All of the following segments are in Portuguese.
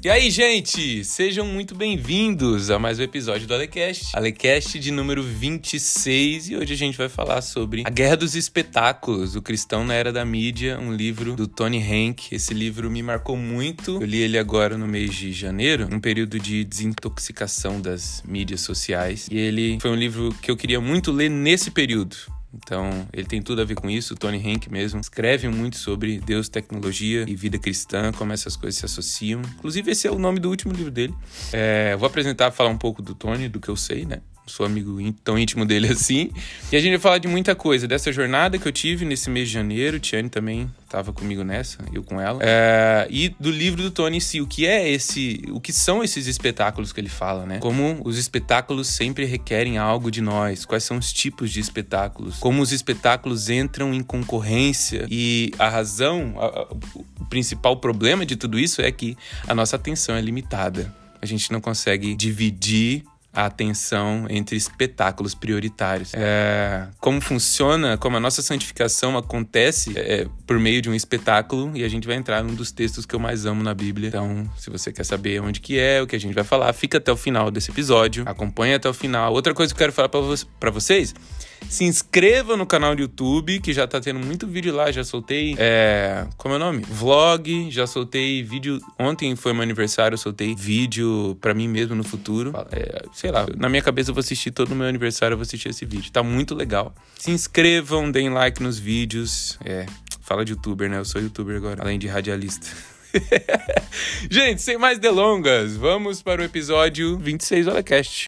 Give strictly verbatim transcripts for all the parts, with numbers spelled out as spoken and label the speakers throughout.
Speaker 1: E aí, gente, sejam muito bem-vindos a mais um episódio do Alecast, Alecast de número vinte e seis, e hoje a gente vai falar sobre A Guerra dos Espetáculos, O Cristão na Era da Mídia, um livro do Tony Henk. Esse livro me marcou muito, eu li ele agora no mês de janeiro, um período de desintoxicação das mídias sociais, e ele foi um livro que eu queria muito ler nesse período. Então, ele tem tudo a ver com isso, o Tony Henk mesmo escreve muito sobre Deus, tecnologia e vida cristã, como essas coisas se associam. Inclusive, esse é o nome do último livro dele. É, vou apresentar, falar um pouco do Tony, do que eu sei, né? Sou amigo tão íntimo dele assim. E a gente vai falar de muita coisa, dessa jornada que eu tive nesse mês de janeiro. Tiane também estava comigo nessa, eu com ela. É, e do livro do Tony em si, o que é esse, o que são esses espetáculos que ele fala, né? Como os espetáculos sempre requerem algo de nós, quais são os tipos de espetáculos, como os espetáculos entram em concorrência e a razão, a, a, o principal problema de tudo isso é que a nossa atenção é limitada. A gente não consegue dividir a atenção entre espetáculos prioritários. É, como funciona, como a nossa santificação acontece é, por meio de um espetáculo, e a gente vai entrar num dos textos que eu mais amo na Bíblia. Então, se você quer saber onde que é, o que a gente vai falar, fica até o final desse episódio, acompanha até o final. Outra coisa que eu quero falar pra, vo- pra vocês, se inscreva no canal do YouTube, que já tá tendo muito vídeo lá, já soltei, é, como é o nome? Vlog, já soltei vídeo, ontem foi meu aniversário, eu soltei vídeo pra mim mesmo no futuro, é, sei lá, na minha cabeça eu vou assistir todo o meu aniversário, eu vou assistir esse vídeo, tá muito legal. Se inscrevam, deem like nos vídeos, é, fala de youtuber, né? Eu sou youtuber agora, além de radialista. Gente, sem mais delongas, vamos para o episódio vinte e seis do Alecast.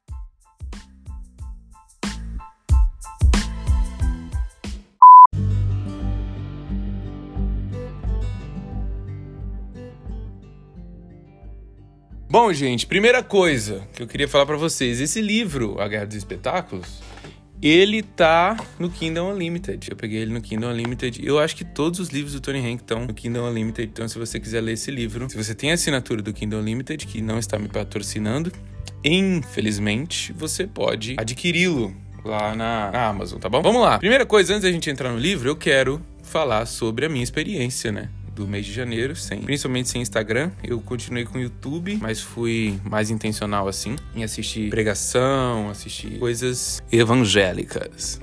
Speaker 1: Bom, gente, primeira coisa que eu queria falar pra vocês, esse livro, A Guerra dos Espetáculos, ele tá no Kindle Unlimited. Eu peguei ele no Kindle Unlimited. Eu acho que todos os livros do Tony Henk estão no Kindle Unlimited. Então, se você quiser ler esse livro, se você tem a assinatura do Kindle Unlimited, que não está me patrocinando, infelizmente, você pode adquiri-lo lá na, na Amazon, tá bom? Vamos lá. Primeira coisa, antes da gente entrar no livro, eu quero falar sobre a minha experiência, né? Do mês de janeiro, sem, principalmente sem Instagram. Eu continuei com o YouTube, mas fui mais intencional assim, em assistir pregação, assistir coisas evangélicas.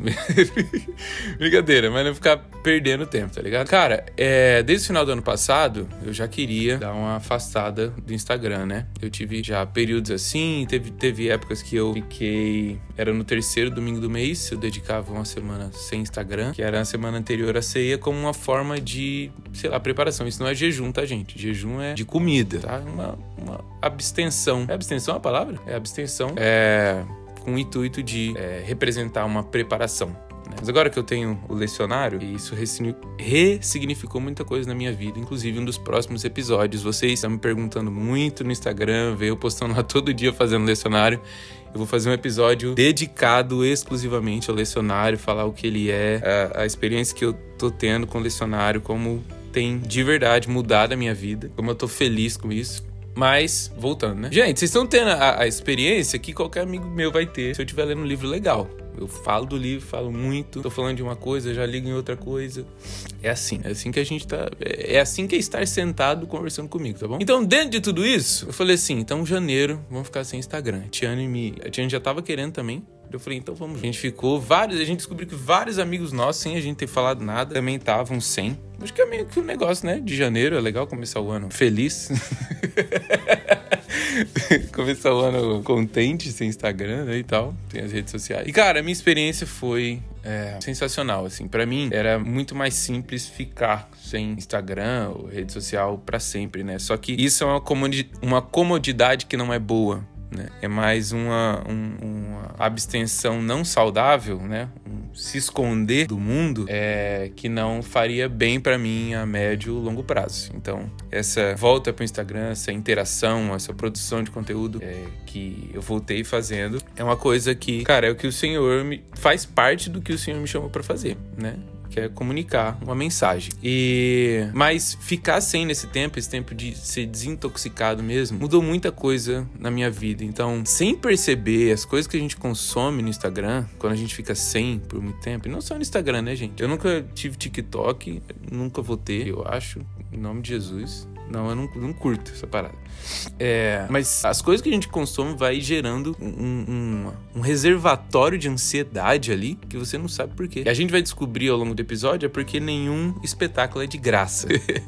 Speaker 1: Brincadeira, mas não ficar perdendo tempo, tá ligado? Cara, é, desde o final do ano passado, eu já queria dar uma afastada do Instagram, né? Eu tive já períodos assim, teve, teve épocas que eu fiquei... Era no terceiro domingo do mês, eu dedicava uma semana sem Instagram, que era a semana anterior à ceia, como uma forma de, sei lá, preparação. Isso não é jejum, tá, gente? Jejum é de comida, tá? Uma, uma abstenção. É abstenção a palavra? É abstenção. É com o intuito de é, representar uma preparação. Né? Mas agora que eu tenho o lecionário, isso ressignificou muita coisa na minha vida. Inclusive, um dos próximos episódios. Vocês estão me perguntando muito no Instagram, veio postando lá todo dia fazendo lecionário. Eu vou fazer um episódio dedicado exclusivamente ao lecionário, falar o que ele é, a, a experiência que eu tô tendo com o lecionário, como tem de verdade mudado a minha vida, como eu tô feliz com isso. Mas, voltando, né? Gente, vocês estão tendo a, a experiência que qualquer amigo meu vai ter se eu estiver lendo um livro legal. Eu falo do livro, falo muito, tô falando de uma coisa, já ligo em outra coisa. É assim, é assim que a gente tá... É assim que é estar sentado conversando comigo, tá bom? Então, dentro de tudo isso, eu falei assim, então janeiro, vamos ficar sem Instagram. A Tiane, me... a Tiane já tava querendo também. Eu falei, então vamos. A gente ficou vários, a gente descobriu que vários amigos nossos, sem a gente ter falado nada, também estavam sem. Acho que é meio que um negócio, né? De janeiro, é legal começar o ano feliz. Começar o ano contente, sem Instagram, né, e tal. Tem as redes sociais. E, cara, a minha experiência foi é, sensacional, assim. Pra mim, era muito mais simples ficar sem Instagram ou rede social pra sempre, né? Só que isso é uma comodi- uma comodidade que não é boa. Né? É mais uma, um, uma abstenção não saudável, né? Um se esconder do mundo é, que não faria bem pra mim a médio e longo prazo. Então, essa volta pro Instagram, essa interação, essa produção de conteúdo é, que eu voltei fazendo é uma coisa que, cara, é o que o Senhor me faz parte do que o Senhor me chamou pra fazer, né? Que é comunicar uma mensagem. E mas ficar sem nesse tempo, esse tempo de ser desintoxicado mesmo, mudou muita coisa na minha vida. Então, sem perceber as coisas que a gente consome no Instagram, quando a gente fica sem por muito tempo, e não só no Instagram, né, gente? Eu nunca tive TikTok, nunca vou ter, eu acho, em nome de Jesus. Não, eu não, não curto essa parada. É, mas as coisas que a gente consome vai gerando um, um, um reservatório de ansiedade ali que você não sabe por quê. E a gente vai descobrir ao longo do episódio é porque nenhum espetáculo é de graça.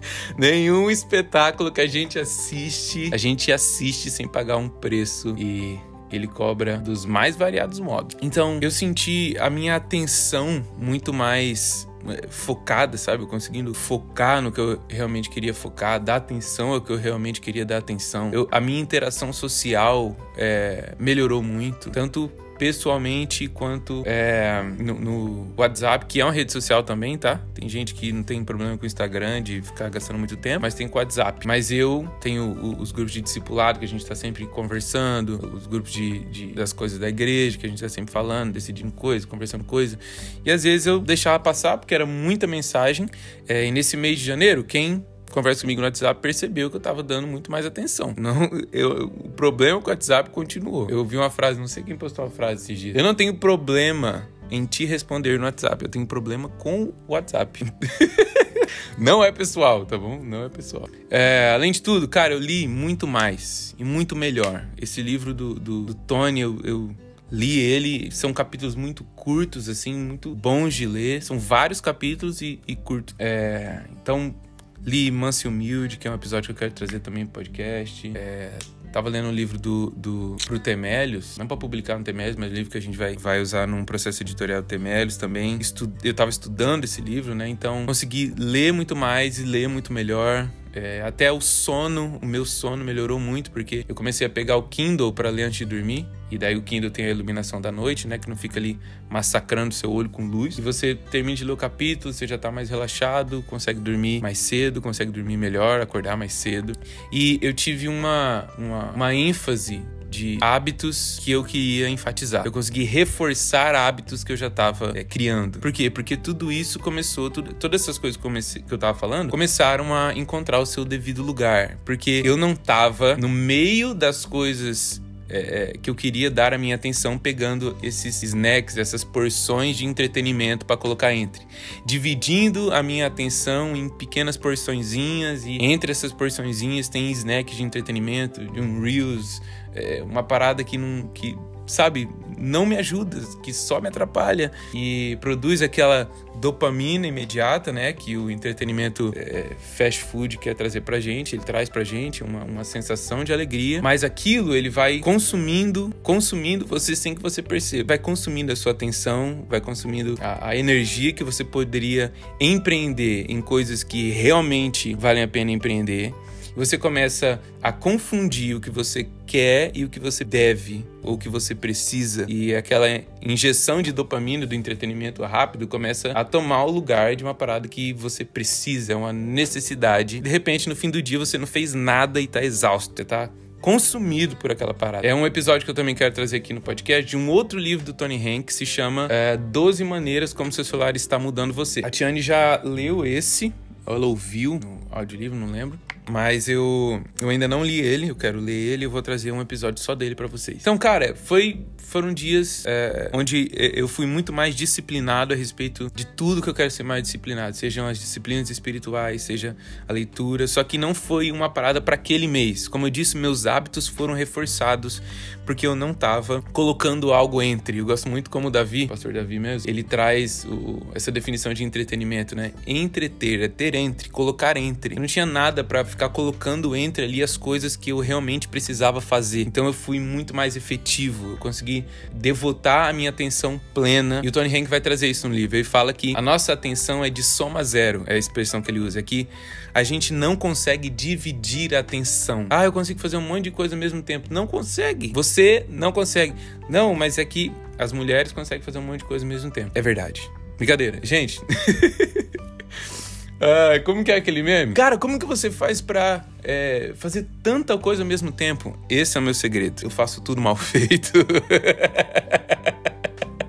Speaker 1: Nenhum espetáculo que a gente assiste, a gente assiste sem pagar um preço e ele cobra dos mais variados modos. Então, eu senti a minha atenção muito mais focada, sabe? Conseguindo focar no que eu realmente queria focar, dar atenção ao que eu realmente queria dar atenção. Eu, a minha interação social é, melhorou muito, tanto pessoalmente quanto é, no, no WhatsApp, que é uma rede social também, tá? Tem gente que não tem problema com o Instagram de ficar gastando muito tempo, mas tem com o WhatsApp. Mas eu tenho os grupos de discipulado, que a gente tá sempre conversando, os grupos de, de, das coisas da igreja, que a gente tá sempre falando, decidindo coisa, conversando coisa. E às vezes eu deixava passar, porque era muita mensagem. É, e nesse mês de janeiro, quem conversa comigo no WhatsApp percebeu que eu tava dando muito mais atenção. Não, eu, o problema com o WhatsApp continuou. Eu ouvi uma frase, não sei quem postou uma frase esses dias. Eu não tenho problema em te responder no WhatsApp, eu tenho problema com o WhatsApp. Não é pessoal, tá bom? Não é pessoal. É, além de tudo, cara, eu li muito mais e muito melhor. Esse livro do, do, do Tony, eu... eu li ele, são capítulos muito curtos, assim, muito bons de ler. São vários capítulos e, e curtos. É, então, li Manso e Humilde, que é um episódio que eu quero trazer também pro podcast. É, tava lendo um livro do, do pro Temélios, não para publicar no Temélios, mas um livro que a gente vai, vai usar num processo editorial do Temélios também. Estu, eu tava estudando esse livro, né? Então, consegui ler muito mais e ler muito melhor. É, até o sono, o meu sono melhorou muito, porque eu comecei a pegar o Kindle para ler antes de dormir. E daí o Kindle tem a iluminação da noite, né? Que não fica ali massacrando seu olho com luz. E você termina de ler o capítulo, você já tá mais relaxado, consegue dormir mais cedo, consegue dormir melhor, acordar mais cedo. E eu tive uma, uma, uma ênfase de hábitos que eu queria enfatizar. Eu consegui reforçar hábitos que eu já tava é, criando. Por quê? Porque tudo isso começou, tudo, todas essas coisas que, comecei, que eu tava falando, começaram a encontrar o seu devido lugar. Porque eu não tava no meio das coisas É, que eu queria dar a minha atenção pegando esses snacks, essas porções de entretenimento para colocar entre. Dividindo a minha atenção em pequenas porçõezinhas e entre essas porçõezinhas tem snacks de entretenimento, de um Reels, é, uma parada que não... Que, sabe, não me ajuda, que só me atrapalha e produz aquela dopamina imediata, né, que o entretenimento é, fast food quer trazer pra gente, ele traz pra gente uma, uma sensação de alegria, mas aquilo ele vai consumindo, consumindo você sem que você perceba, vai consumindo a sua atenção, vai consumindo a, a energia que você poderia empreender em coisas que realmente valem a pena empreender. Você começa a confundir o que você quer e o que você deve, ou o que você precisa. E aquela injeção de dopamina do entretenimento rápido começa a tomar o lugar de uma parada que você precisa, é uma necessidade. De repente, no fim do dia, você não fez nada e tá exausto, você tá consumido por aquela parada. É um episódio que eu também quero trazer aqui no podcast de um outro livro do Tony Hank que se chama é, doze Maneiras Como Seu Celular Está Mudando Você. A Tiane já leu esse, ela ouviu no audiolivro, não lembro. Mas eu, eu ainda não li ele, eu quero ler ele, eu vou trazer um episódio só dele pra vocês. Então, cara, foi, foram dias é, onde eu fui muito mais disciplinado a respeito de tudo que eu quero ser mais disciplinado. Sejam as disciplinas espirituais, seja a leitura. Só que não foi uma parada pra aquele mês. Como eu disse, meus hábitos foram reforçados porque eu não tava colocando algo entre. Eu gosto muito como o Davi, o pastor Davi mesmo, ele traz o, essa definição de entretenimento, né? Entreter, é ter entre, colocar entre. Eu não tinha nada pra ficar colocando entre ali as coisas que eu realmente precisava fazer. Então eu fui muito mais efetivo, eu consegui devotar a minha atenção plena. E o Tony Hank vai trazer isso no livro. Ele fala que a nossa atenção é de soma zero, é a expressão que ele usa aqui. A gente não consegue dividir a atenção. Ah, eu consigo fazer um monte de coisa ao mesmo tempo. Não consegue. Você não consegue. Não, mas é que as mulheres conseguem fazer um monte de coisa ao mesmo tempo. É verdade. Brincadeira. Gente... Ah, como que é aquele meme? Cara, como que você faz pra é, fazer tanta coisa ao mesmo tempo? Esse é o meu segredo. Eu faço tudo mal feito.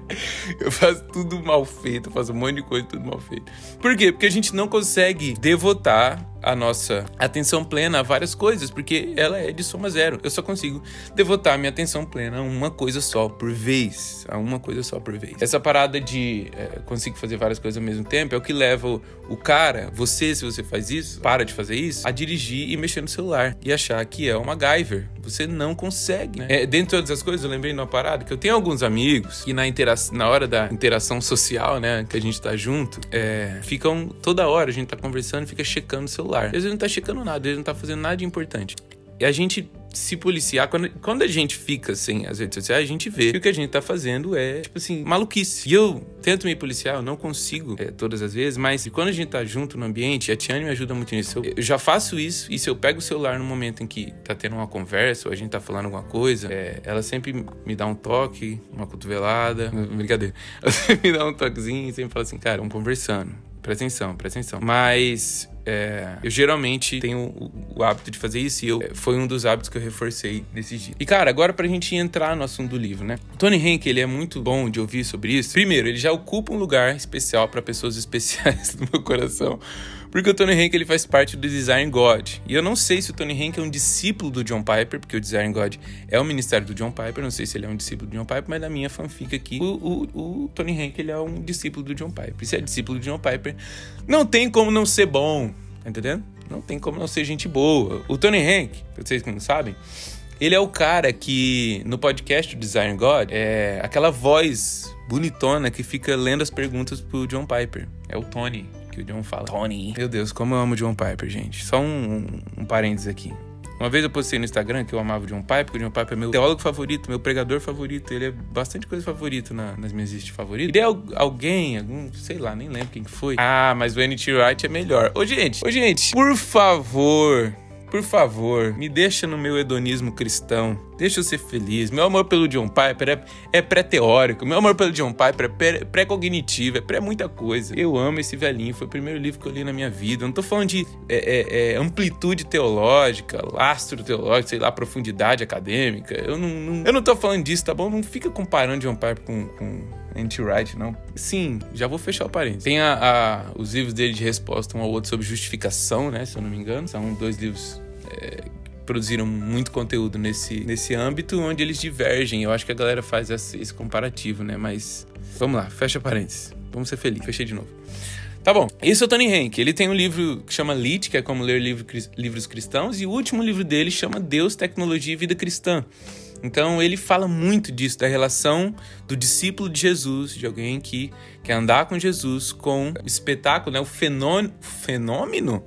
Speaker 1: Eu faço tudo mal feito, eu faço um monte de coisa, tudo mal feito. Por quê? Porque a gente não consegue devotar a nossa atenção plena a várias coisas, porque ela é de soma zero. Eu só consigo devotar a minha atenção plena a uma coisa só por vez. A uma coisa só por vez. Essa parada de é, conseguir fazer várias coisas ao mesmo tempo é o que leva o, o cara, você, se você faz isso, para de fazer isso, a dirigir e mexer no celular e achar que é uma MacGyver. Você não consegue, né? É, dentre todas as coisas, eu lembrei de uma parada que eu tenho alguns amigos que na, intera- na hora da interação social, né, que a gente tá junto, é, ficam toda hora, a gente tá conversando e fica checando o celular. Às vezes não tá checando nada, ele não tá fazendo nada de importante. E a gente se policiar, quando, quando a gente fica sem as redes sociais, a gente vê que o que a gente tá fazendo é, tipo assim, maluquice. E eu tento me policiar, eu não consigo é, todas as vezes, mas quando a gente tá junto no ambiente, a Tiane me ajuda muito nisso. Eu, eu já faço isso, e se eu pego o celular no momento em que tá tendo uma conversa, ou a gente tá falando alguma coisa, é, ela sempre me dá um toque, uma cotovelada, brincadeira. Ela sempre me dá um toquezinho e sempre fala assim, cara, vamos conversando. Presta atenção, presta atenção. Mas é, eu geralmente tenho o, o hábito de fazer isso e eu, é, foi um dos hábitos que eu reforcei nesses dias. E cara, agora pra gente entrar no assunto do livro, né? O Tony Hank, ele é muito bom de ouvir sobre isso. Primeiro, ele já ocupa um lugar especial pra pessoas especiais no meu coração. Porque o Tony Hank, ele faz parte do Desiring God. E eu não sei se o Tony Hank é um discípulo do John Piper, porque o Desiring God é o ministério do John Piper. Não sei se ele é um discípulo do John Piper, mas na minha fanfic aqui, o, o, o Tony Hank, ele é um discípulo do John Piper. E se é discípulo do John Piper, não tem como não ser bom, tá entendendo? Não tem como não ser gente boa. O Tony Hank, vocês que não sabem, ele é o cara que, no podcast do Desiring God, é aquela voz bonitona que fica lendo as perguntas pro John Piper. É o Tony. Que o John fala. Tony. Meu Deus, como eu amo o John Piper, gente. Só um, um, um parênteses aqui. Uma vez eu postei no Instagram que eu amava o John Piper, porque o John Piper é meu teólogo favorito, meu pregador favorito. Ele é bastante coisa favorito na, nas minhas listas favoritas. E daí alguém, algum, sei lá, nem lembro quem que foi. Ah, mas o N T Wright é melhor. Ô, gente, ô, gente, por favor... Por favor, me deixa no meu hedonismo cristão. Deixa eu ser feliz. Meu amor pelo John Piper é, é pré-teórico. Meu amor pelo John Piper é pré-cognitivo. É pré-muita coisa. Eu amo esse velhinho. Foi o primeiro livro que eu li na minha vida. Eu não tô falando de é, é, é, amplitude teológica, lastro teológico, sei lá, profundidade acadêmica. Eu não, não, eu não tô falando disso, tá bom? Não fica comparando John Piper com... com N T Wright, não. Sim, já vou fechar o parênteses. Tem a, a, os livros dele de resposta, um ao outro sobre justificação, né? Se eu não me engano. São dois livros é, que produziram muito conteúdo nesse, nesse âmbito, onde eles divergem. Eu acho que a galera faz esse, esse comparativo, né? Mas vamos lá, fecha parênteses. Vamos ser felizes. Fechei de novo. Tá bom, esse é o Tony Hank. Ele tem um livro que chama Lit, que é como ler livro, livros cristãos. E o último livro dele chama Deus, Tecnologia e Vida Cristã. Então, ele fala muito disso, da relação do discípulo de Jesus, de alguém que quer andar com Jesus, com o espetáculo, né? O fenômeno... Fenômeno?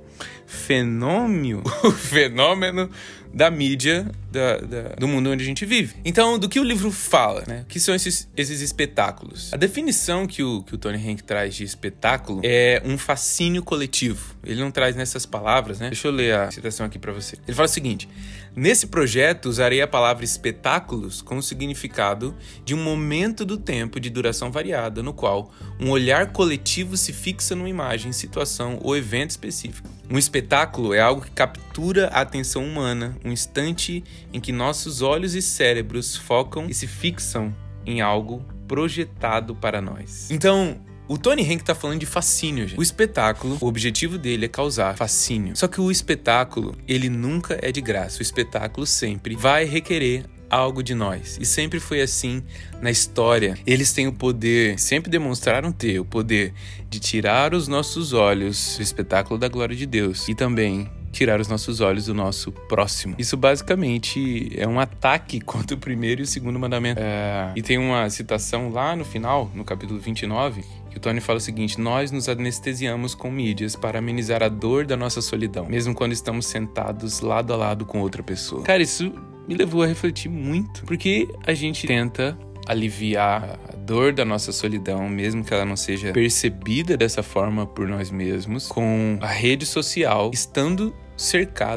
Speaker 1: Fenômeno? O fenômeno da mídia da, da, do mundo onde a gente vive. Então, do que o livro fala, né? O que são esses, esses espetáculos? A definição que o, que o Tony Hank traz de espetáculo é um fascínio coletivo. Ele não traz nessas palavras, né? Deixa eu ler a citação aqui pra você. Ele fala o seguinte: nesse projeto, usarei a palavra espetáculos com o significado de um momento do tempo de duração variada, no qual um olhar coletivo se fixa numa imagem, situação ou evento específico. Um espetáculo é algo que captura a atenção humana, um instante em que nossos olhos e cérebros focam e se fixam em algo projetado para nós. Então, o Tony Hank tá falando de fascínio, gente. O espetáculo, o objetivo dele é causar fascínio. Só que o espetáculo, ele nunca é de graça. O espetáculo sempre vai requerer algo de nós. E sempre foi assim na história. Eles têm o poder, sempre demonstraram ter o poder de tirar os nossos olhos do espetáculo da glória de Deus e também tirar os nossos olhos do nosso próximo. Isso basicamente é um ataque contra o primeiro e o segundo mandamento. É... E tem uma citação lá no final, no capítulo vinte e nove, que o Tony fala o seguinte: nós nos anestesiamos com mídias para amenizar a dor da nossa solidão, mesmo quando estamos sentados lado a lado com outra pessoa. Cara, isso me levou a refletir muito, porque a gente tenta aliviar a dor da nossa solidão, mesmo que ela não seja percebida dessa forma por nós mesmos, com a rede social, estando cercados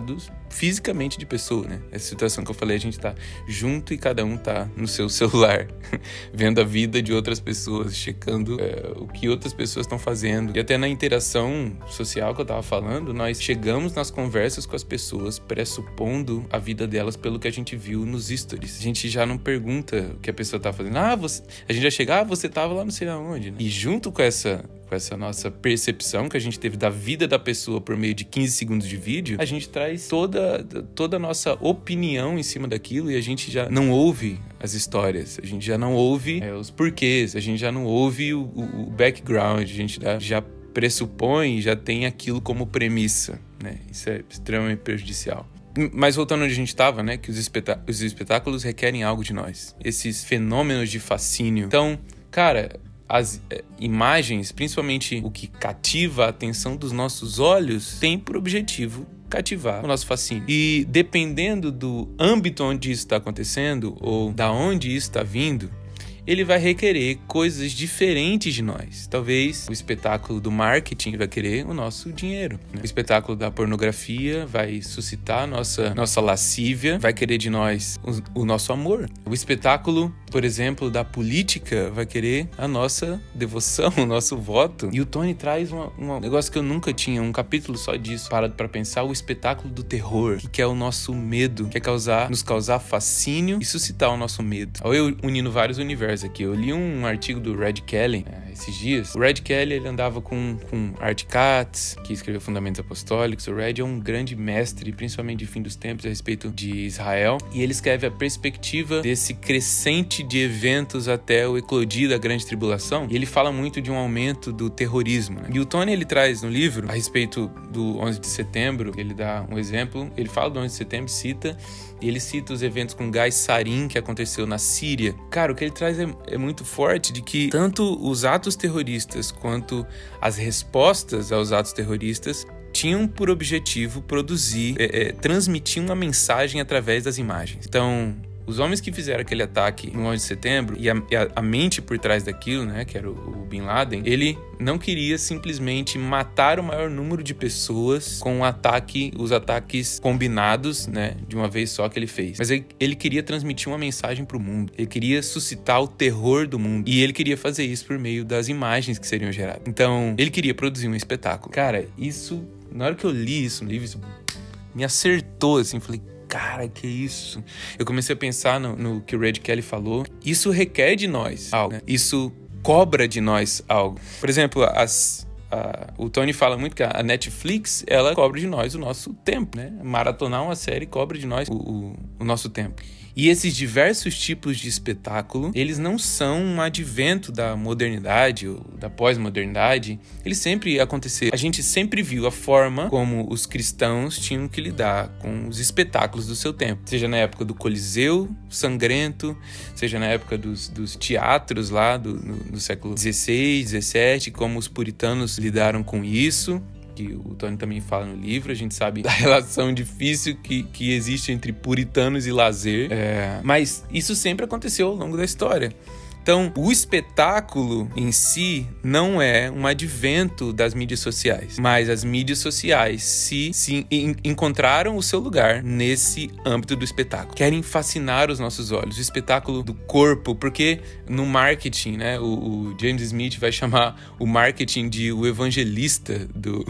Speaker 1: fisicamente de pessoa, né? Essa situação que eu falei, a gente tá junto e cada um tá no seu celular, vendo a vida de outras pessoas, checando é, o que outras pessoas estão fazendo. E até na interação social que eu tava falando, nós chegamos nas conversas com as pessoas pressupondo a vida delas pelo que a gente viu nos stories. A gente já não pergunta o que a pessoa tá fazendo. Ah, você... A gente já chega, ah, você tava lá não sei aonde, né? E junto com essa... com essa nossa percepção que a gente teve da vida da pessoa por meio de quinze segundos de vídeo, a gente traz toda, toda a nossa opinião em cima daquilo e a gente já não ouve as histórias, a gente já não ouve é, os porquês, a gente já não ouve o, o, o background, a gente já, já pressupõe, já tem aquilo como premissa, né? Isso é extremamente prejudicial. Mas voltando onde a gente estava, né? Que os, espetá- os espetáculos requerem algo de nós. Esses fenômenos de fascínio. Então, cara... As eh, imagens, principalmente o que cativa a atenção dos nossos olhos, tem por objetivo cativar o nosso fascínio. E dependendo do âmbito onde isso está acontecendo, ou da onde isso está vindo, ele vai requerer coisas diferentes de nós. Talvez o espetáculo do marketing vai querer o nosso dinheiro, né? O espetáculo da pornografia vai suscitar nossa, nossa lascívia, vai querer de nós o, o nosso amor. O espetáculo, por exemplo, da política vai querer a nossa devoção, o nosso voto. E o Tony traz uma, um negócio que eu nunca tinha, um capítulo só disso, parado para pensar, o espetáculo do terror, que é o nosso medo, que é causar, nos causar fascínio e suscitar o nosso medo. Olha eu unindo vários universos aqui. Eu li um artigo do Red Kelly é, esses dias. O Red Kelly, ele andava com, com Art Katz, que escreveu Fundamentos Apostólicos. O Red é um grande mestre, principalmente de fim dos tempos, a respeito de Israel. E ele escreve a perspectiva desse crescente de eventos até o eclodir da grande tribulação. E ele fala muito de um aumento do terrorismo, né? E o Tony, ele traz no livro, a respeito do onze de setembro, ele dá um exemplo. Ele fala do onze de setembro, cita, e ele cita os eventos com gás sarin que aconteceu na Síria. Cara, o que ele traz é, é muito forte de que tanto os atos terroristas quanto as respostas aos atos terroristas tinham por objetivo produzir, é, é, transmitir uma mensagem através das imagens. Então, os homens que fizeram aquele ataque no onze de setembro e a, a, a mente por trás daquilo, né, que era o, o Bin Laden, ele não queria simplesmente matar o maior número de pessoas com o ataque, os ataques combinados, né, de uma vez só que ele fez. Mas ele, ele queria transmitir uma mensagem para o mundo. Ele queria suscitar o terror do mundo. E ele queria fazer isso por meio das imagens que seriam geradas. Então, ele queria produzir um espetáculo. Cara, isso, na hora que eu li isso no livro, isso me acertou, assim, falei, cara, que isso? Eu comecei a pensar no, no que o Red Kelly falou. Isso requer de nós algo, né? Isso cobra de nós algo. Por exemplo, as, a, o Tony fala muito que a Netflix, ela cobra de nós o nosso tempo, né? Maratonar uma série cobra de nós o, o, o nosso tempo. E esses diversos tipos de espetáculo, eles não são um advento da modernidade ou da pós-modernidade. Eles sempre aconteceram. A gente sempre viu a forma como os cristãos tinham que lidar com os espetáculos do seu tempo. Seja na época do Coliseu sangrento, seja na época dos, dos teatros lá do, no, no século dezesseis, dezessete, como os puritanos lidaram com isso. Que o Tony também fala no livro, a gente sabe da relação difícil que, que existe entre puritanos e lazer, é, mas isso sempre aconteceu ao longo da história. Então, o espetáculo em si não é um advento das mídias sociais, mas as mídias sociais se, se en- encontraram o seu lugar nesse âmbito do espetáculo. Querem fascinar os nossos olhos, o espetáculo do corpo, porque no marketing, né, o, o James Smith vai chamar o marketing de o evangelista do,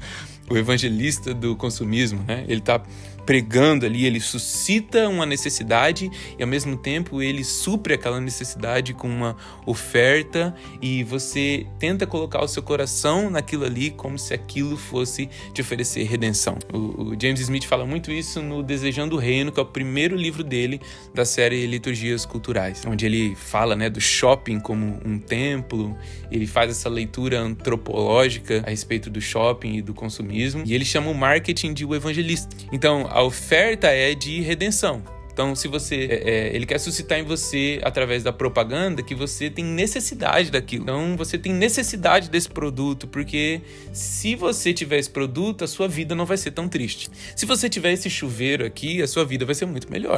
Speaker 1: o evangelista do consumismo, né? Ele tá pregando ali, ele suscita uma necessidade e ao mesmo tempo ele supre aquela necessidade com uma oferta e você tenta colocar o seu coração naquilo ali como se aquilo fosse te oferecer redenção. O, o James Smith fala muito isso no Desejando o Reino, que é o primeiro livro dele da série Liturgias Culturais, onde ele fala, né, do shopping como um templo, ele faz essa leitura antropológica a respeito do shopping e do consumismo e ele chama o marketing de o evangelista. Então, a oferta é de redenção. Então, se você, é, é, ele quer suscitar em você, através da propaganda, que você tem necessidade daquilo. Então, você tem necessidade desse produto, porque se você tiver esse produto, a sua vida não vai ser tão triste. Se você tiver esse chuveiro aqui, a sua vida vai ser muito melhor.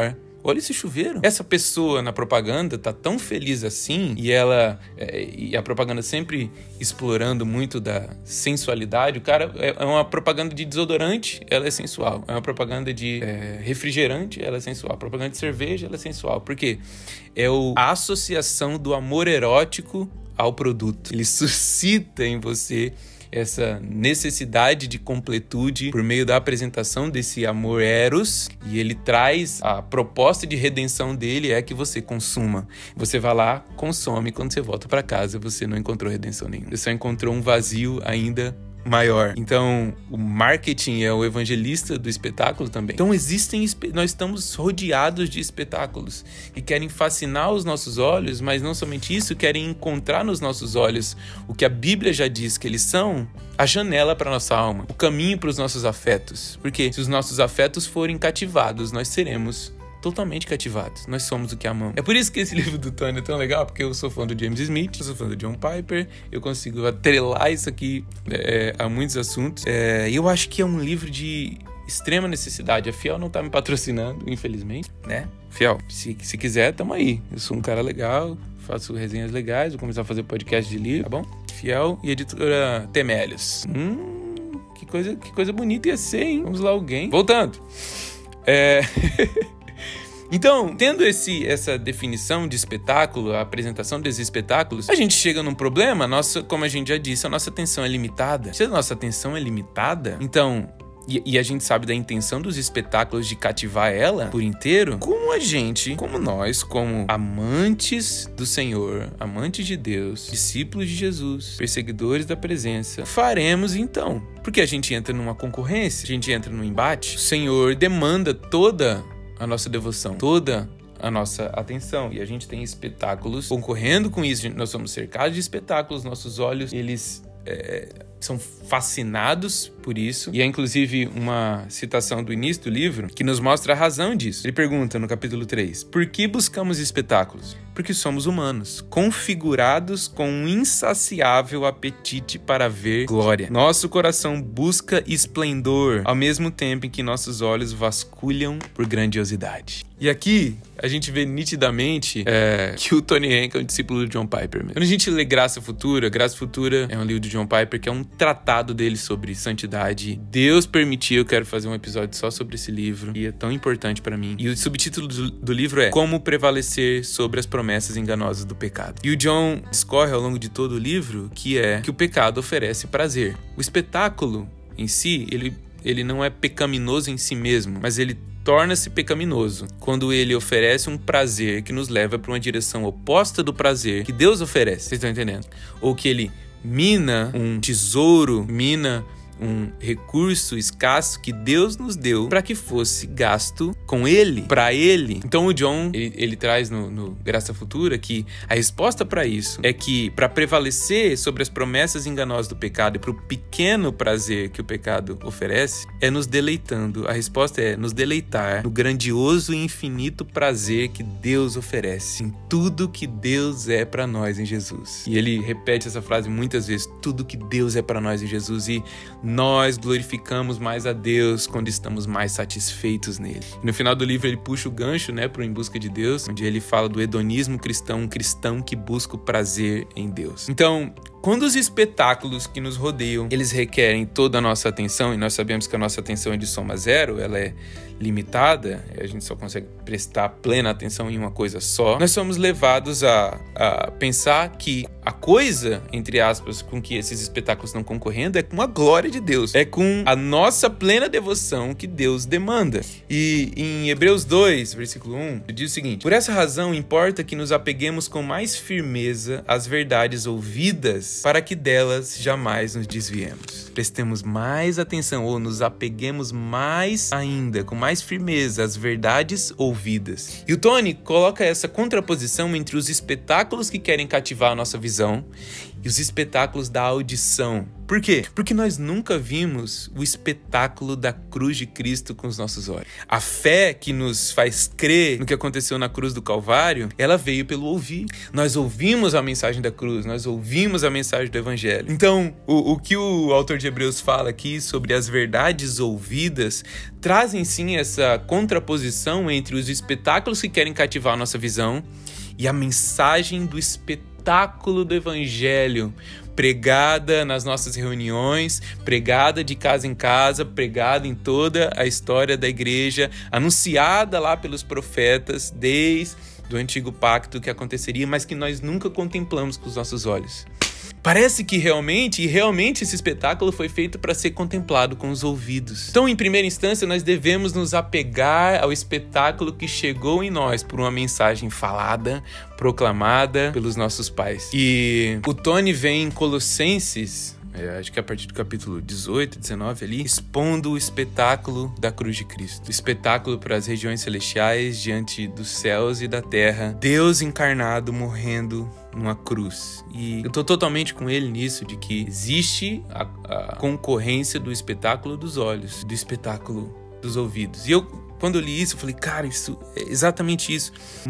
Speaker 1: Olha esse chuveiro. Essa pessoa na propaganda tá tão feliz assim, e ela é, e a propaganda sempre explorando muito da sensualidade. O cara é, é uma propaganda de desodorante, ela é sensual. É uma propaganda de é, refrigerante, ela é sensual. Propaganda de cerveja, ela é sensual. Por quê? É o, a associação do amor erótico ao produto. Ele suscita em você essa necessidade de completude por meio da apresentação desse amor eros, e ele traz a proposta de redenção dele é que você consuma. Você vai lá, consome, quando você volta para casa você não encontrou redenção nenhuma. Você só encontrou um vazio ainda maior. Então, o marketing é o evangelista do espetáculo também. Então, existem, nós estamos rodeados de espetáculos que querem fascinar os nossos olhos, mas não somente isso, querem encontrar nos nossos olhos o que a Bíblia já diz que eles são, a janela para nossa alma, o caminho para os nossos afetos. Porque se os nossos afetos forem cativados, nós seremos totalmente cativados. Nós somos o que amamos. É por isso que esse livro do Tony é tão legal, porque eu sou fã do James Smith, eu sou fã do John Piper, eu consigo atrelar isso aqui é, a muitos assuntos. É, e eu acho que é um livro de extrema necessidade. A Fiel não tá me patrocinando, infelizmente, né? Fiel, se, se quiser, tamo aí. Eu sou um cara legal, faço resenhas legais, vou começar a fazer podcast de livro, tá bom? Fiel e editora Temélios. Hum, que coisa, que coisa bonita ia ser, hein? Vamos lá, alguém. Voltando. É... Então, tendo esse, essa definição de espetáculo, a apresentação desses espetáculos, a gente chega num problema, nossa, como a gente já disse, a nossa atenção é limitada. Se a nossa atenção é limitada, então... E, e a gente sabe da intenção dos espetáculos de cativar ela por inteiro, como a gente, como nós, como amantes do Senhor, amantes de Deus, discípulos de Jesus, perseguidores da presença, faremos então? Porque a gente entra numa concorrência, a gente entra num embate, o Senhor demanda toda a nossa devoção, toda a nossa atenção, e a gente tem espetáculos concorrendo com isso. Nós somos cercados de espetáculos, nossos olhos, eles é, são fascinados por isso, e é inclusive uma citação do início do livro que nos mostra a razão disso. Ele pergunta no capítulo três: por que buscamos espetáculos? Porque somos humanos, configurados com um insaciável apetite para ver glória. Nosso coração busca esplendor, ao mesmo tempo em que nossos olhos vasculham por grandiosidade. E aqui a gente vê nitidamente é, que o Tony Hank é um discípulo do John Piper mesmo. Quando a gente lê Graça Futura, Graça Futura é um livro do John Piper que é um tratado dele sobre santidade. Deus permitiu, eu quero fazer um episódio só sobre esse livro, e é tão importante para mim. E o subtítulo do, do livro é Como Prevalecer sobre as Promessas Enganosas do Pecado. E o John discorre ao longo de todo o livro que é que o pecado oferece prazer. O espetáculo em si, ele, ele não é pecaminoso em si mesmo, mas ele torna-se pecaminoso quando ele oferece um prazer que nos leva para uma direção oposta do prazer que Deus oferece. Vocês estão entendendo? Ou que ele mina um tesouro, mina um recurso escasso que Deus nos deu para que fosse gasto com ele, para ele. Então o John, ele, ele traz no, no Graça Futura que a resposta para isso é que para prevalecer sobre as promessas enganosas do pecado e para o pequeno prazer que o pecado oferece, é nos deleitando. A resposta é nos deleitar no grandioso e infinito prazer que Deus oferece em tudo que Deus é para nós em Jesus. E ele repete essa frase muitas vezes: tudo que Deus é para nós em Jesus. E nós glorificamos mais a Deus quando estamos mais satisfeitos nele. E no final do livro ele puxa o gancho, né, pro Em Busca de Deus, onde ele fala do hedonismo cristão, um cristão que busca o prazer em Deus. Então, quando os espetáculos que nos rodeiam, eles requerem toda a nossa atenção, e nós sabemos que a nossa atenção é de soma zero, ela é limitada, a gente só consegue prestar plena atenção em uma coisa só, nós somos levados a, a pensar que a coisa, entre aspas, com que esses espetáculos estão concorrendo é com a glória de Deus, é com a nossa plena devoção que Deus demanda. E em Hebreus dois, versículo um, ele diz o seguinte: por essa razão importa que nos apeguemos com mais firmeza às verdades ouvidas, para que delas jamais nos desviemos. Prestemos mais atenção, ou nos apeguemos mais ainda, com mais firmeza, às verdades ouvidas. E o Tony coloca essa contraposição entre os espetáculos que querem cativar a nossa visão e os espetáculos da audição. Por quê? Porque nós nunca vimos o espetáculo da cruz de Cristo com os nossos olhos. A fé que nos faz crer no que aconteceu na cruz do Calvário, ela veio pelo ouvir. Nós ouvimos a mensagem da cruz, nós ouvimos a mensagem do Evangelho. Então, o, o que o autor de Hebreus fala aqui sobre as verdades ouvidas, trazem sim essa contraposição entre os espetáculos que querem cativar a nossa visão e a mensagem do espetáculo do Evangelho, pregada nas nossas reuniões, pregada de casa em casa, pregada em toda a história da igreja, anunciada lá pelos profetas desde o antigo pacto que aconteceria, mas que nós nunca contemplamos com os nossos olhos. Parece que realmente, e realmente esse espetáculo foi feito para ser contemplado com os ouvidos. Então, em primeira instância, nós devemos nos apegar ao espetáculo que chegou em nós por uma mensagem falada, proclamada pelos nossos pais. E o Tony vem em Colossenses, é, acho que a partir do capítulo dezoito, dezenove ali, expondo o espetáculo da cruz de Cristo. O espetáculo para as regiões celestiais diante dos céus e da terra. Deus encarnado morrendo numa cruz. E eu tô totalmente com ele nisso, de que existe a, a concorrência do espetáculo dos olhos, do espetáculo dos ouvidos. E eu, quando eu li isso, eu falei, cara, isso é exatamente isso.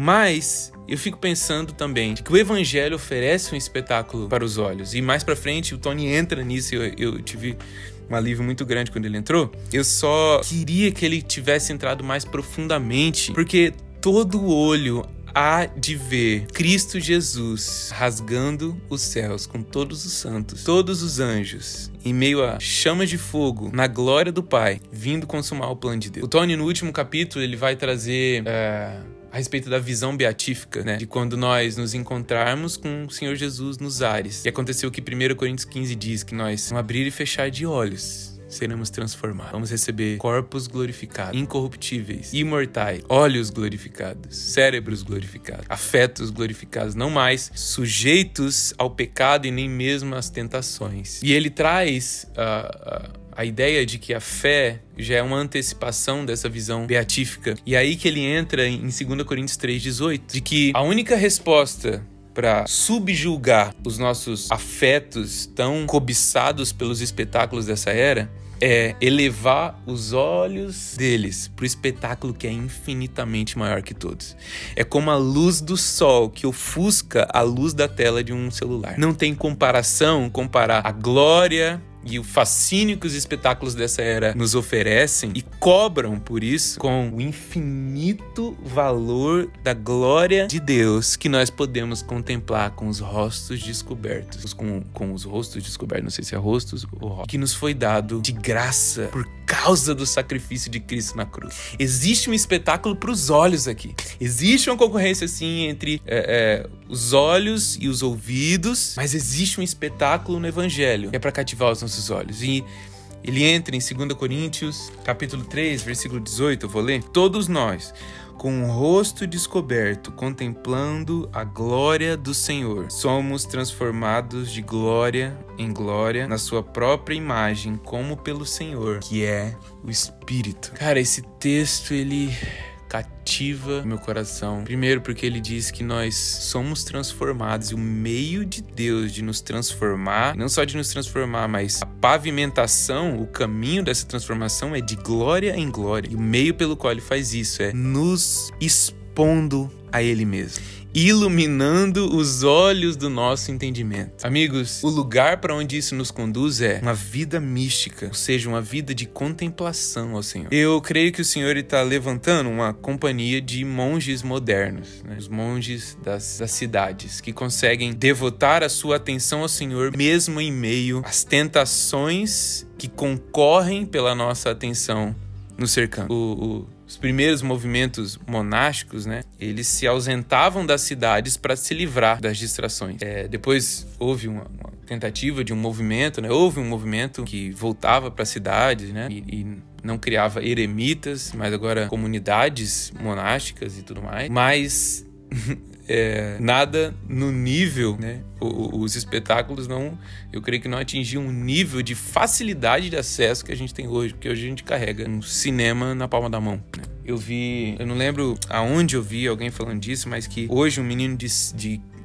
Speaker 1: Mas eu fico pensando também de que o Evangelho oferece um espetáculo para os olhos. E mais pra frente, o Tony entra nisso, eu, eu tive um alívio muito grande quando ele entrou. Eu só queria que ele tivesse entrado mais profundamente, porque todo olho há de ver Cristo Jesus rasgando os céus com todos os santos, todos os anjos, em meio a chamas de fogo, na glória do Pai, vindo consumar o plano de Deus. O Tony, no último capítulo, ele vai trazer Uh, a respeito da visão beatífica, né? De quando nós nos encontrarmos com o Senhor Jesus nos ares. E aconteceu o que primeira Coríntios quinze diz, que nós, no abrir e fechar de olhos, seremos transformados. Vamos receber corpos glorificados, incorruptíveis, imortais, olhos glorificados, cérebros glorificados, afetos glorificados, não mais sujeitos ao pecado e nem mesmo às tentações. E ele traz a... Uh, uh, a ideia de que a fé já é uma antecipação dessa visão beatífica. E aí que ele entra em segunda Coríntios três, dezoito, de que a única resposta para subjugar os nossos afetos tão cobiçados pelos espetáculos dessa era é elevar os olhos deles para o espetáculo que é infinitamente maior que todos. É como a luz do sol que ofusca a luz da tela de um celular. Não tem comparação comparar a glória e o fascínio que os espetáculos dessa era nos oferecem e cobram por isso com o infinito valor da glória de Deus que nós podemos contemplar com os rostos descobertos. Com, com os rostos descobertos, não sei se é rostos ou rostos, que nos foi dado de graça por causa do sacrifício de Cristo na cruz. Existe um espetáculo para os olhos aqui. Existe uma concorrência, sim, entre é, é, os olhos e os ouvidos, mas existe um espetáculo no Evangelho que é para cativar os nossos olhos. E ele entra em segunda Coríntios, capítulo três, versículo dezoito, eu vou ler. Todos nós, com o rosto descoberto, contemplando a glória do Senhor, somos transformados de glória em glória na sua própria imagem, como pelo Senhor, que é o Espírito. Cara, esse texto, ele cativa meu coração. Primeiro porque ele diz que nós somos transformados e o meio de Deus de nos transformar, não só de nos transformar, mas a pavimentação, o caminho dessa transformação é de glória em glória. E o meio pelo qual ele faz isso é nos expondo a ele mesmo, iluminando os olhos do nosso entendimento. Amigos, o lugar para onde isso nos conduz é uma vida mística, ou seja, uma vida de contemplação ao Senhor. Eu creio que o Senhor está levantando uma companhia de monges modernos, né? Os monges das, das cidades, que conseguem devotar a sua atenção ao Senhor mesmo em meio às tentações que concorrem pela nossa atenção no cercando. O, o Os primeiros movimentos monásticos, né, eles se ausentavam das cidades para se livrar das distrações. É, depois houve uma, uma tentativa de um movimento, né, houve um movimento que voltava para as cidades, né, e, e não criava eremitas, mas agora comunidades monásticas e tudo mais. Mas É, nada no nível, né? O, os espetáculos não, eu creio que não atingiam um nível de facilidade de acesso que a gente tem hoje, porque hoje a gente carrega um cinema na palma da mão, né? Eu vi, eu não lembro aonde eu vi alguém falando disso, mas que hoje um menino de, de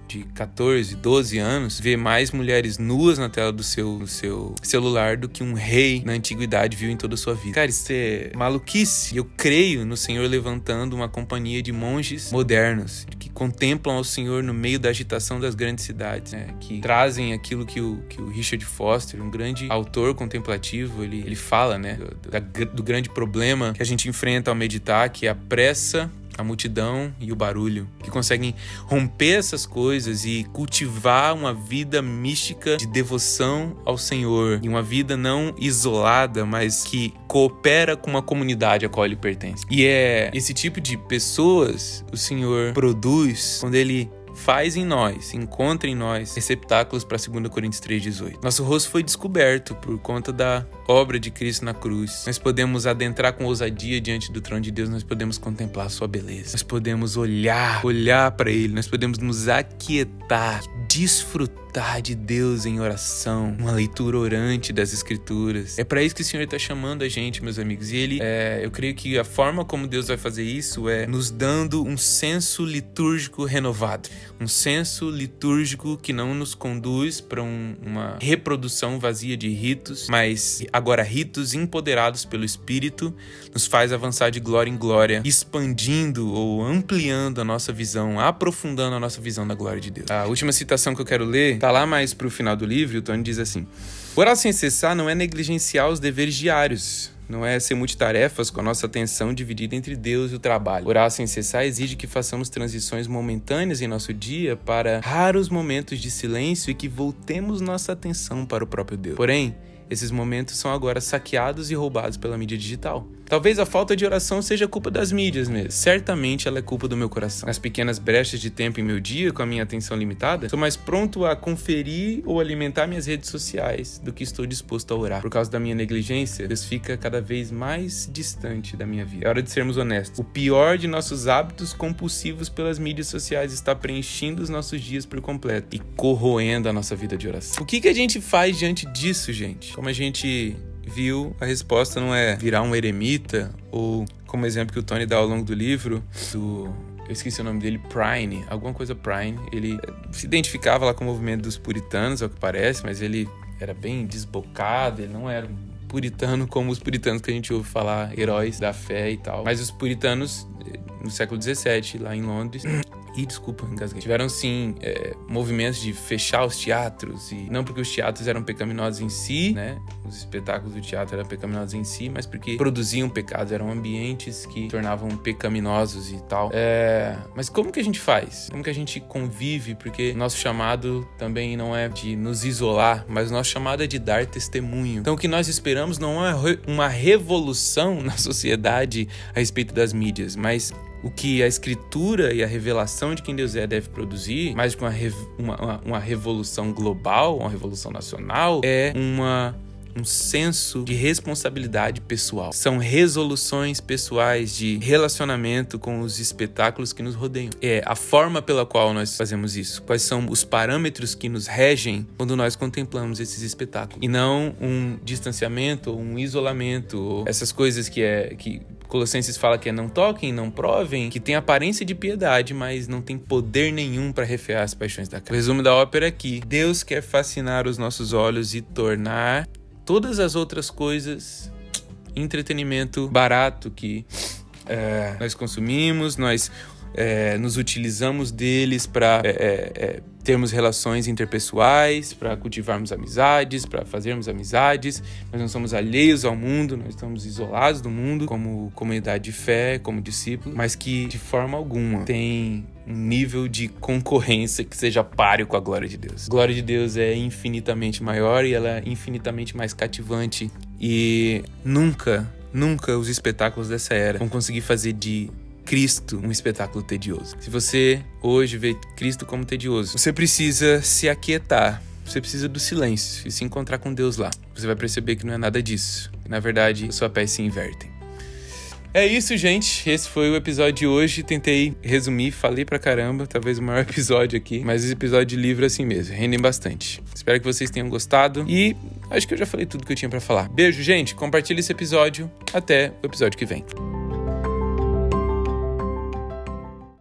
Speaker 1: de catorze, doze anos vê mais mulheres nuas na tela do seu, do seu celular do que um rei na antiguidade viu em toda a sua vida. Cara, isso é maluquice. Eu creio no Senhor levantando uma companhia de monges modernos que contemplam ao Senhor no meio da agitação das grandes cidades, né? Que trazem aquilo que o, que o Richard Foster, um grande autor contemplativo, ele, ele fala, né? Do, da, do grande problema que a gente enfrenta ao meditar, que é a pressa, a multidão e o barulho, que conseguem romper essas coisas e cultivar uma vida mística de devoção ao Senhor, e uma vida não isolada, mas que coopera com uma comunidade a qual ele pertence. E é esse tipo de pessoas o Senhor produz quando ele faz em nós, encontra em nós receptáculos para dois Coríntios três, dezoito. Nosso rosto foi descoberto por conta da obra de Cristo na cruz. Nós podemos adentrar com ousadia diante do trono de Deus, nós podemos contemplar a sua beleza. Nós podemos olhar, olhar para Ele, nós podemos nos aquietar, desfrutar de Deus em oração, uma leitura orante das Escrituras. É para isso que o Senhor está chamando a gente, meus amigos. E Ele, é, eu creio que a forma como Deus vai fazer isso é nos dando um senso litúrgico renovado. Um senso litúrgico que não nos conduz para um, uma reprodução vazia de ritos, mas agora ritos empoderados pelo Espírito, nos faz avançar de glória em glória, expandindo ou ampliando a nossa visão, aprofundando a nossa visão da glória de Deus. A última citação que eu quero ler tá lá mais pro final do livro. O Tony diz assim: orar sem cessar não é negligenciar os deveres diários, não é ser multitarefas com a nossa atenção dividida entre Deus e o trabalho. Orar sem cessar exige que façamos transições momentâneas em nosso dia para raros momentos de silêncio e que voltemos nossa atenção para o próprio Deus. Porém, esses momentos são agora saqueados e roubados pela mídia digital. Talvez a falta de oração seja culpa das mídias mesmo. Certamente ela é culpa do meu coração. Nas pequenas brechas de tempo em meu dia, com a minha atenção limitada, sou mais pronto a conferir ou alimentar minhas redes sociais do que estou disposto a orar. Por causa da minha negligência, Deus fica cada vez mais distante da minha vida. É hora de sermos honestos. O pior de nossos hábitos compulsivos pelas mídias sociais está preenchendo os nossos dias por completo e corroendo a nossa vida de oração. O que, que a gente faz diante disso, gente? Como a gente viu, a resposta não é virar um eremita, ou como exemplo que o Tony dá ao longo do livro, do... eu esqueci o nome dele, Prine, alguma coisa Prine. Ele se identificava lá com o movimento dos puritanos, ao que parece, mas ele era bem desbocado, ele não era um puritano como os puritanos que a gente ouve falar, heróis da fé e tal. Mas os puritanos, no século dezessete, lá em Londres... E desculpa, engasguei. Tiveram sim é, movimentos de fechar os teatros, e não porque os teatros eram pecaminosos em si, né? Os espetáculos do teatro eram pecaminosos em si, mas porque produziam pecados, eram ambientes que tornavam pecaminosos e tal. É, mas como que a gente faz? Como que a gente convive? Porque nosso chamado também não é de nos isolar, mas o nosso chamado é de dar testemunho. Então o que nós esperamos não é uma revolução na sociedade a respeito das mídias, mas o que a Escritura e a revelação de quem Deus é deve produzir, mais do que uma, uma, uma revolução global, uma revolução nacional, é uma, um senso de responsabilidade pessoal. São resoluções pessoais de relacionamento com os espetáculos que nos rodeiam. É a forma pela qual nós fazemos isso. Quais são os parâmetros que nos regem quando nós contemplamos esses espetáculos. E não um distanciamento, ou um isolamento, ou essas coisas que é... que Colossenses fala que é não toquem, não provem, que tem aparência de piedade, mas não tem poder nenhum para refrear as paixões da carne. O resumo da ópera é que Deus quer fascinar os nossos olhos e tornar todas as outras coisas entretenimento barato que é, nós consumimos, nós é, nos utilizamos deles para é, é, termos relações interpessoais, para cultivarmos amizades, para fazermos amizades. Nós não somos alheios ao mundo, nós estamos isolados do mundo como comunidade de fé, como discípulos, mas que de forma alguma tem um nível de concorrência que seja páreo com a glória de Deus. A glória de Deus é infinitamente maior e ela é infinitamente mais cativante, e nunca, nunca os espetáculos dessa era vão conseguir fazer de Cristo um espetáculo tedioso. Se você hoje vê Cristo como tedioso, você precisa se aquietar, você precisa do silêncio e se encontrar com Deus lá. Você vai perceber que não é nada disso. Na verdade, os papéis se invertem. É isso, gente. Esse foi o episódio de hoje. Tentei resumir, falei pra caramba, talvez o maior episódio aqui, mas esse episódio de livro é assim mesmo, rendem bastante. Espero que vocês tenham gostado e acho que eu já falei tudo que eu tinha pra falar. Beijo, gente. Compartilha esse episódio. Até o episódio que vem.